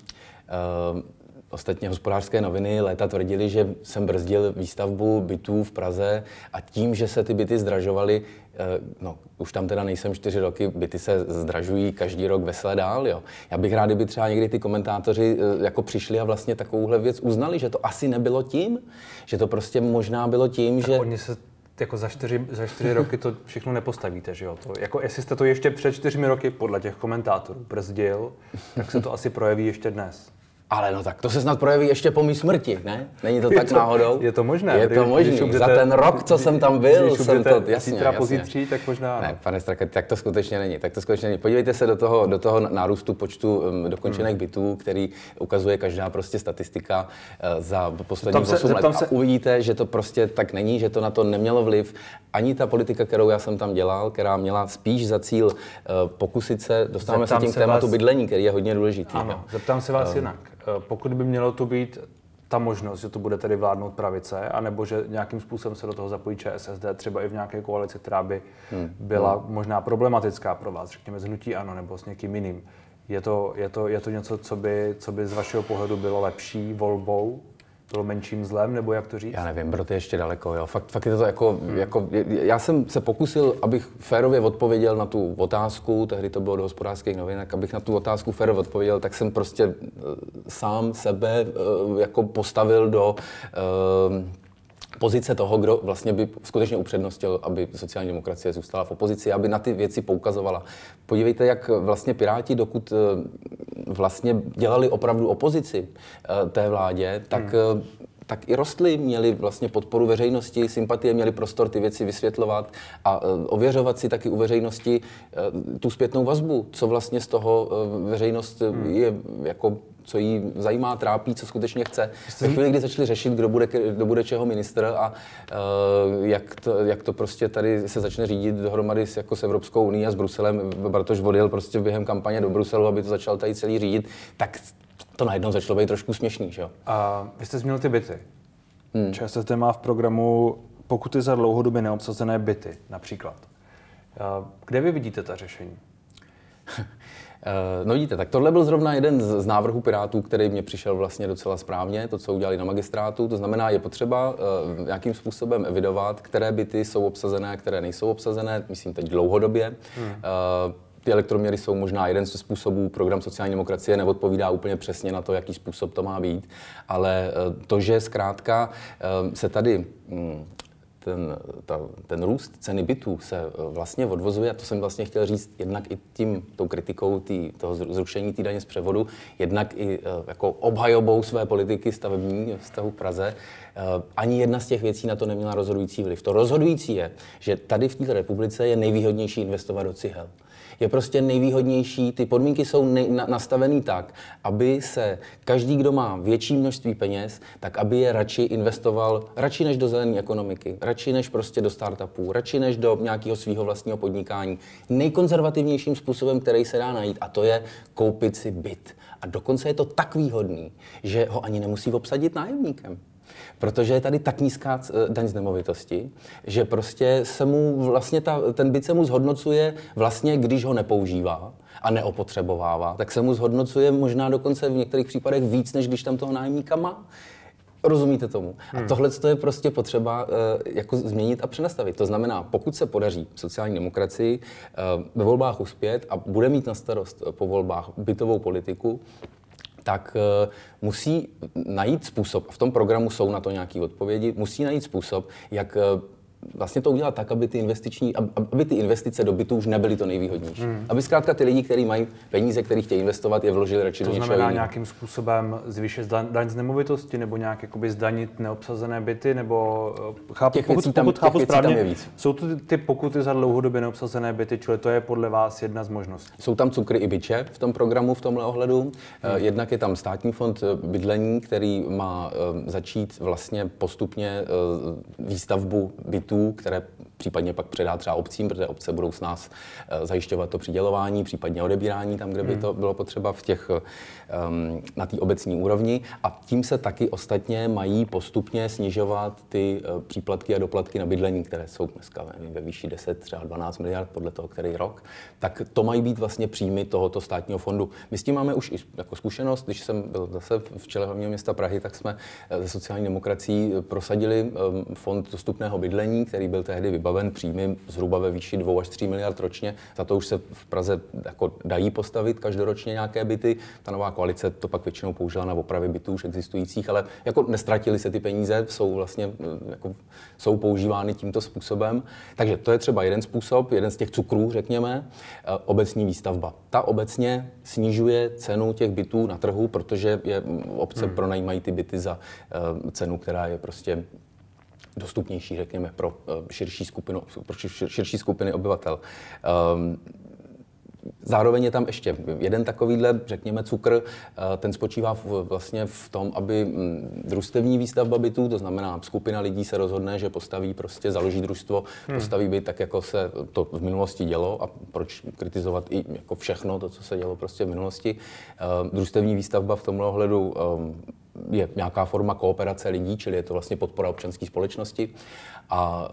Uh, Ostatně Hospodářské noviny léta tvrdili, že jsem brzdil výstavbu bytů v Praze a tím, že se ty byty zdražovaly, no už tam teda nejsem čtyři roky, byty se zdražují každý rok vesele dál, jo. Já bych rád, kdyby třeba někdy ty komentátoři jako přišli a vlastně takovouhle věc uznali, že to asi nebylo tím, že to prostě možná bylo tím, tak že... Oni se jako za čtyři, za čtyři roky to všechno nepostavíte, že jo? To, jako jestli jste to ještě před čtyřmi roky podle těch komentátorů brzdil, tak se to asi projeví ještě dnes. Ale no tak to se snad projeví ještě po mý smrti, ne? Není to tak to, náhodou? Je to možné. Je to možné. Za ten rok, co jsem tam byl, jsem to, jasně, zítra jasně. pozítří, tak možná... Ne, pane Straka, tak to skutečně není. Tak to skutečně není. Podívejte se do toho, do toho nárůstu počtu um, dokončených hmm. bytů, který ukazuje každá prostě statistika uh, za posledních osm let. Se... A uvidíte, že to prostě tak není, že to na to nemělo vliv. Ani ta politika, kterou já jsem tam dělal, která měla spíš za cíl uh, pokusit se, dostáváme se tím k tématu vás... bydlení, který je hodně důležitý. Ano, jo. Zeptám se vás um, jinak. Pokud by mělo tu být ta možnost, že to bude tedy vládnout pravice, anebo že nějakým způsobem se do toho zapojí Č S S D, třeba i v nějaké koalici, která by hmm. byla hmm. možná problematická pro vás, řekněme z hnutí ANO nebo s někým jiným. Je to, je to, je to něco, co by, co by z vašeho pohledu bylo lepší volbou? Bylo menším zlem, nebo jak to říct? Já nevím, bro, to je ještě daleko, jo. Fakt, fakt je to jako, hmm. jako, já jsem se pokusil, abych férově odpověděl na tu otázku, tehdy to bylo do Hospodářských novin, abych na tu otázku férově odpověděl, tak jsem prostě uh, sám sebe uh, jako postavil do uh, pozice toho, kdo vlastně by skutečně upřednostil, aby sociální demokracie zůstala v opozici, aby na ty věci poukazovala. Podívejte, jak vlastně Piráti, dokud vlastně dělali opravdu opozici té vládě, tak, hmm. tak i rostli, měli vlastně podporu veřejnosti, sympatie, měli prostor ty věci vysvětlovat a ověřovat si taky u veřejnosti tu zpětnou vazbu, co vlastně z toho veřejnost hmm. je jako co jí zajímá, trápí, co skutečně chce. Ve chvíli, kdy začali řešit, kdo bude, kdo bude čeho ministr a uh, jak, to, jak to prostě tady se začne řídit dohromady s, jako s Evropskou unií a s Bruselem. Bartoš odjel prostě během kampaně do Bruselu, aby to začal tady celý řídit, tak to najednou začalo být trošku směšný, že jo? A vy jste zmínil ty byty. Hmm. Č S S D má v programu pokuty za dlouhodobě neobsazené byty, například. Kde vy vidíte ta řešení? No vidíte, tak tohle byl zrovna jeden z, z návrhů Pirátů, který mě přišel vlastně docela správně, to, co udělali na magistrátu. To znamená, je potřeba uh, nějakým způsobem evidovat, které byty jsou obsazené, které nejsou obsazené, myslím teď dlouhodobě. Hmm. Uh, Ty elektroměry jsou možná jeden ze způsobů, program sociální demokracie neodpovídá úplně přesně na to, jaký způsob to má být, ale uh, to, že zkrátka uh, se tady um, Ten, ta, ten růst ceny bytů se vlastně odvozuje, a to jsem vlastně chtěl říct jednak i tím, tou kritikou tý, toho zrušení té daně z převodu, jednak i jako obhajobou své politiky stavební vztahu v Praze. Ani jedna z těch věcí na to neměla rozhodující vliv. To rozhodující je, že tady v této republice je nejvýhodnější investovat do cihel. Je prostě nejvýhodnější, ty podmínky jsou nej, na, nastavený tak, aby se každý, kdo má větší množství peněz, tak aby je radši investoval, radši než do zelené ekonomiky, radši než prostě do startupů, radši než do nějakého svého vlastního podnikání. Nejkonzervativnějším způsobem, který se dá najít, a to je koupit si byt. A dokonce je to tak výhodný, že ho ani nemusí obsadit nájemníkem. Protože je tady tak nízká daň z nemovitosti, že prostě se mu vlastně ta, ten byt se mu zhodnocuje vlastně, když ho nepoužívá a neopotřebovává, tak se mu zhodnocuje možná dokonce v některých případech víc, než když tam toho nájemníka má. Rozumíte tomu? Hmm. A tohle je prostě potřeba uh, jako změnit a přenastavit. To znamená, pokud se podaří sociální demokracii uh, ve volbách uspět a bude mít na starost po volbách bytovou politiku, tak uh, musí najít způsob, v tom programu jsou na to nějaké odpovědi, musí najít způsob, jak uh, vlastně to udělat tak, aby ty investiční, aby ty investice do bytu už nebyly to nejvýhodnější. Hmm. Aby zkrátka ty lidi, kteří mají peníze, které chtějí investovat, je vložili radši do něčeho jiného. To znamená nějakým způsobem zvýšit daň z nemovitosti nebo nějak jakoby zdanit neobsazené byty, nebo chápu, těch pokud, věcí tam, pokud chápu těch správně, tam je víc. Jsou to ty pokuty za dlouhodobě neobsazené byty, čili to je podle vás jedna z možností? Jsou tam cukry i biče v tom programu v tomhle ohledu. Hmm. Jednak je tam státní fond bydlení, který má začít vlastně postupně výstavbu bytů, které případně pak předá třeba obcím, protože obce budou s nás zajišťovat to přidělování, případně odebírání tam, kde by to bylo potřeba v těch, um, na té obecní úrovni. A tím se taky ostatně mají postupně snižovat ty uh, příplatky a doplatky na bydlení, které jsou dneska nevím, ve výši deset, třeba dvanáct miliard podle toho, který rok. Tak to mají být vlastně příjmy tohoto státního fondu. My s tím máme už i jako zkušenost, když jsem byl zase v čele hlavního města Prahy, tak jsme ze sociální demokracií prosadili um, fond dostupného bydlení, který byl tehdy vybaven příjmy zhruba ve výši dvou až tří miliard ročně. Za to už se v Praze jako dají postavit každoročně nějaké byty. Ta nová koalice to pak většinou použila na opravy bytů už existujících, ale jako nestratily se ty peníze, jsou vlastně jako, jsou používány tímto způsobem. Takže to je třeba jeden způsob, jeden z těch cukrů, řekněme, obecní výstavba. Ta obecně snižuje cenu těch bytů na trhu, protože je, obce hmm. pronajímají ty byty za uh, cenu, která je prostě dostupnější, řekněme, pro širší skupinu, pro širší skupiny obyvatel. Um, Zároveň je tam ještě jeden takovýhle, řekněme, cukr. Ten spočívá v, vlastně v tom, aby družstevní výstavba bytů, to znamená, skupina lidí se rozhodne, že postaví prostě, založí družstvo, hmm. postaví byt tak, jako se to v minulosti dělo, a proč kritizovat i jako všechno to, co se dělo prostě v minulosti. Družstevní výstavba v tomhle ohledu je nějaká forma kooperace lidí, čili je to vlastně podpora občanské společnosti. A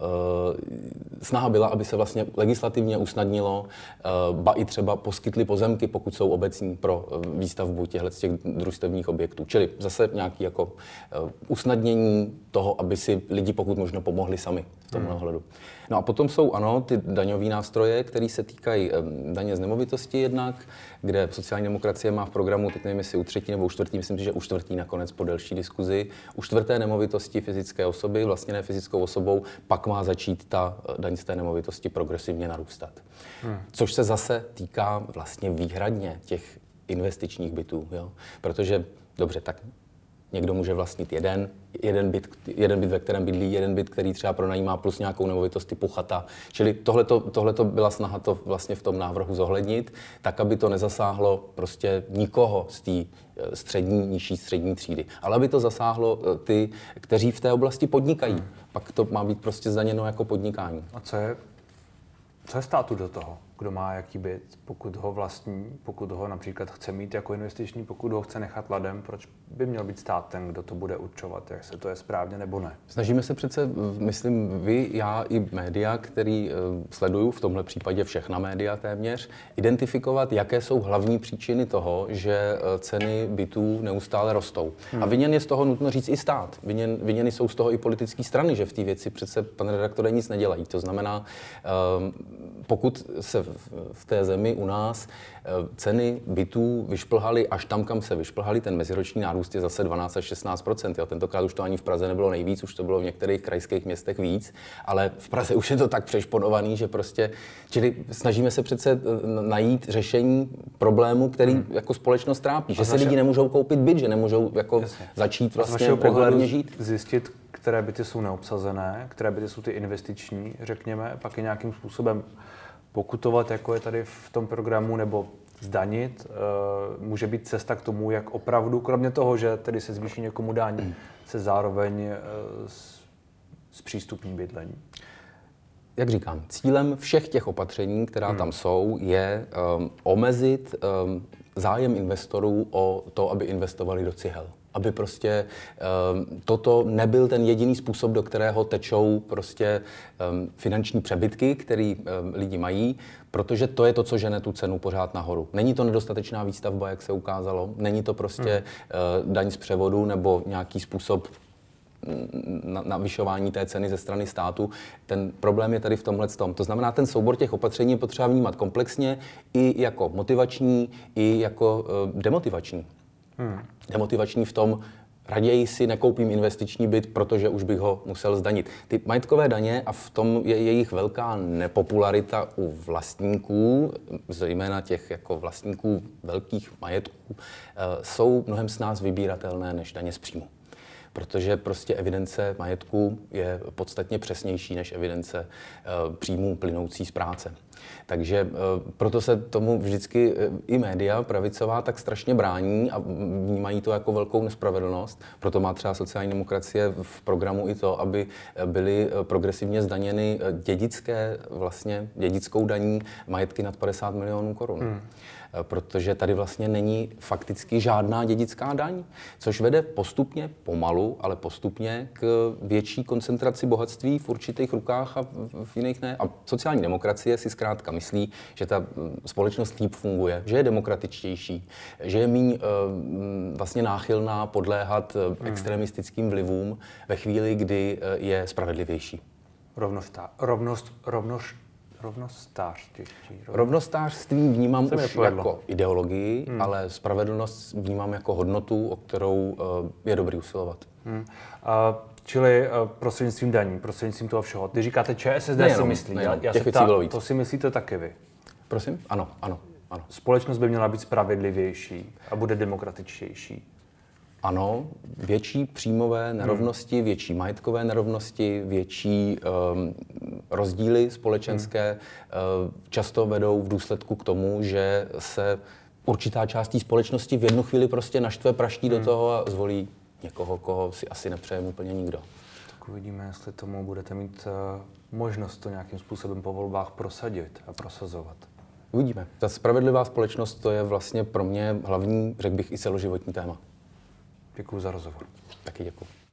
e, snaha byla, aby se vlastně legislativně usnadnilo, e, ba i třeba poskytli pozemky, pokud jsou obecní, pro výstavbu těchto těch družstevních objektů. Čili zase nějaké jako e, usnadnění toho, aby si lidi pokud možno pomohli sami v tomhle hmm. ohledu. No a potom jsou, ano, ty daňové nástroje, které se týkají e, daně z nemovitosti jednak, kde sociální demokracie má v programu, teď nevím, jestli u třetí nebo u čtvrtý, myslím si, že u čtvrtý nakonec po delší diskuzi, u čtvrté nemovitosti fyzické osoby, vlastně ne fyzickou osobou, pak má začít ta daň z té nemovitosti progresivně narůstat. Hmm. Což se zase týká vlastně výhradně těch investičních bytů, jo? Protože, dobře, tak někdo může vlastnit jeden, jeden byt, jeden byt, ve kterém bydlí, jeden byt, který třeba pronajímá, plus nějakou nemovitost typu chata. Čili tohleto, tohleto byla snaha to vlastně v tom návrhu zohlednit, tak, aby to nezasáhlo prostě nikoho z té střední, nižší střední třídy. Ale aby to zasáhlo ty, kteří v té oblasti podnikají. Hmm. Pak to má být prostě zdaněno jako podnikání. A co je, co je státu do toho? Kdo má jaký byt, pokud ho vlastní, pokud ho například chce mít jako investiční, pokud ho chce nechat ladem, proč by měl být stát ten, kdo to bude určovat, jak se to je správně nebo ne? Snažíme se přece, myslím vy, já i média, který uh, sleduju, v tomhle případě všechna média téměř, identifikovat, jaké jsou hlavní příčiny toho, že uh, ceny bytů neustále rostou. Hmm. A viněn je z toho, nutno říct, i stát. Viněn, viněny jsou z toho i politické strany, že v té věci přece, pane redaktore, nic nedělají. To znamená, uh, pokud se v té zemi u nás ceny bytů vyšplhaly až tam, kam se vyšplhaly, ten meziroční nárůst je zase dvanáct až šestnáct procent. Jo. Tentokrát už to ani v Praze nebylo nejvíc, už to bylo v některých krajských městech víc, ale v Praze už je to tak přešponovaný, že prostě, čili snažíme se přece najít řešení problému, který hmm. jako společnost trápí, že si lidi nemůžou koupit byt, že nemůžou jako začít vlastně regulárně žít. Zjistit, které byty jsou neobsazené, které byty jsou ty investiční, řekněme, pak je nějakým způsobem pokutovat, jako je tady v tom programu, nebo zdanit, může být cesta k tomu, jak opravdu, kromě toho, že tedy se zvýší někomu daň, se zároveň zpřístupní bydlení. Jak říkám, cílem všech těch opatření, která hmm. tam jsou, je um, omezit um, zájem investorů o to, aby investovali do cihel. Aby prostě um, toto nebyl ten jediný způsob, do kterého tečou prostě um, finanční přebytky, který um, lidi mají, protože to je to, co žene tu cenu pořád nahoru. Není to nedostatečná výstavba, jak se ukázalo, není to prostě hmm. uh, daň z převodu nebo nějaký způsob navyšování té ceny ze strany státu. Ten problém je tady v tomhle tom. To znamená, ten soubor těch opatření je potřeba vnímat komplexně i jako motivační, i jako uh, demotivační. Hmm. Demotivační v tom, raději si nekoupím investiční byt, protože už bych ho musel zdanit. Ty majetkové daně, a v tom je jejich velká nepopularita u vlastníků, zejména těch jako vlastníků velkých majetků, jsou mnohem snáz vybíratelné než daně z příjmu. Protože prostě evidence majetku je podstatně přesnější než evidence uh, příjmů plynoucí z práce. Takže uh, proto se tomu vždycky uh, i média pravicová tak strašně brání a vnímají to jako velkou nespravedlnost. Proto má třeba sociální demokracie v programu i to, aby byly progresivně zdaněny dědické, vlastně dědickou daní majetky nad padesát milionů korun. Hmm. Protože tady vlastně není fakticky žádná dědická daň, což vede postupně, pomalu, ale postupně k větší koncentraci bohatství v určitých rukách a v jiných ne. A sociální demokracie si zkrátka myslí, že ta společnost líp funguje, že je demokratičtější, že je míň vlastně náchylná podléhat extremistickým vlivům ve chvíli, kdy je spravedlivější. Rovnost, rovnost, rovnost. Rovnostářství. Rovnostářství vnímám už jako ideologii, hmm. ale spravedlnost vnímám jako hodnotu, o kterou uh, je dobrý usilovat. Hmm. Uh, čili uh, prostřednictvím daní, prostřednictvím toho všeho. Ty říkáte, ČSSD nejenom, si myslí. Nejenom, já, já se ptám, to si myslíte taky vy? Prosím? Ano, ano, ano. Společnost by měla být spravedlivější a bude demokratičtější. Ano, větší příjmové nerovnosti, hmm. větší majetkové nerovnosti, větší um, rozdíly společenské hmm. uh, často vedou v důsledku k tomu, že se určitá část té společnosti v jednu chvíli prostě naštve, praští hmm. do toho a zvolí někoho, koho si asi nepřeje úplně nikdo. Tak uvidíme, jestli tomu budete mít uh, možnost to nějakým způsobem po volbách prosadit a prosazovat. Uvidíme. Ta spravedlivá společnost, to je vlastně pro mě hlavní, řekl bych, i celoživotní téma. Děkuji za rozhovor. Taky děkuji.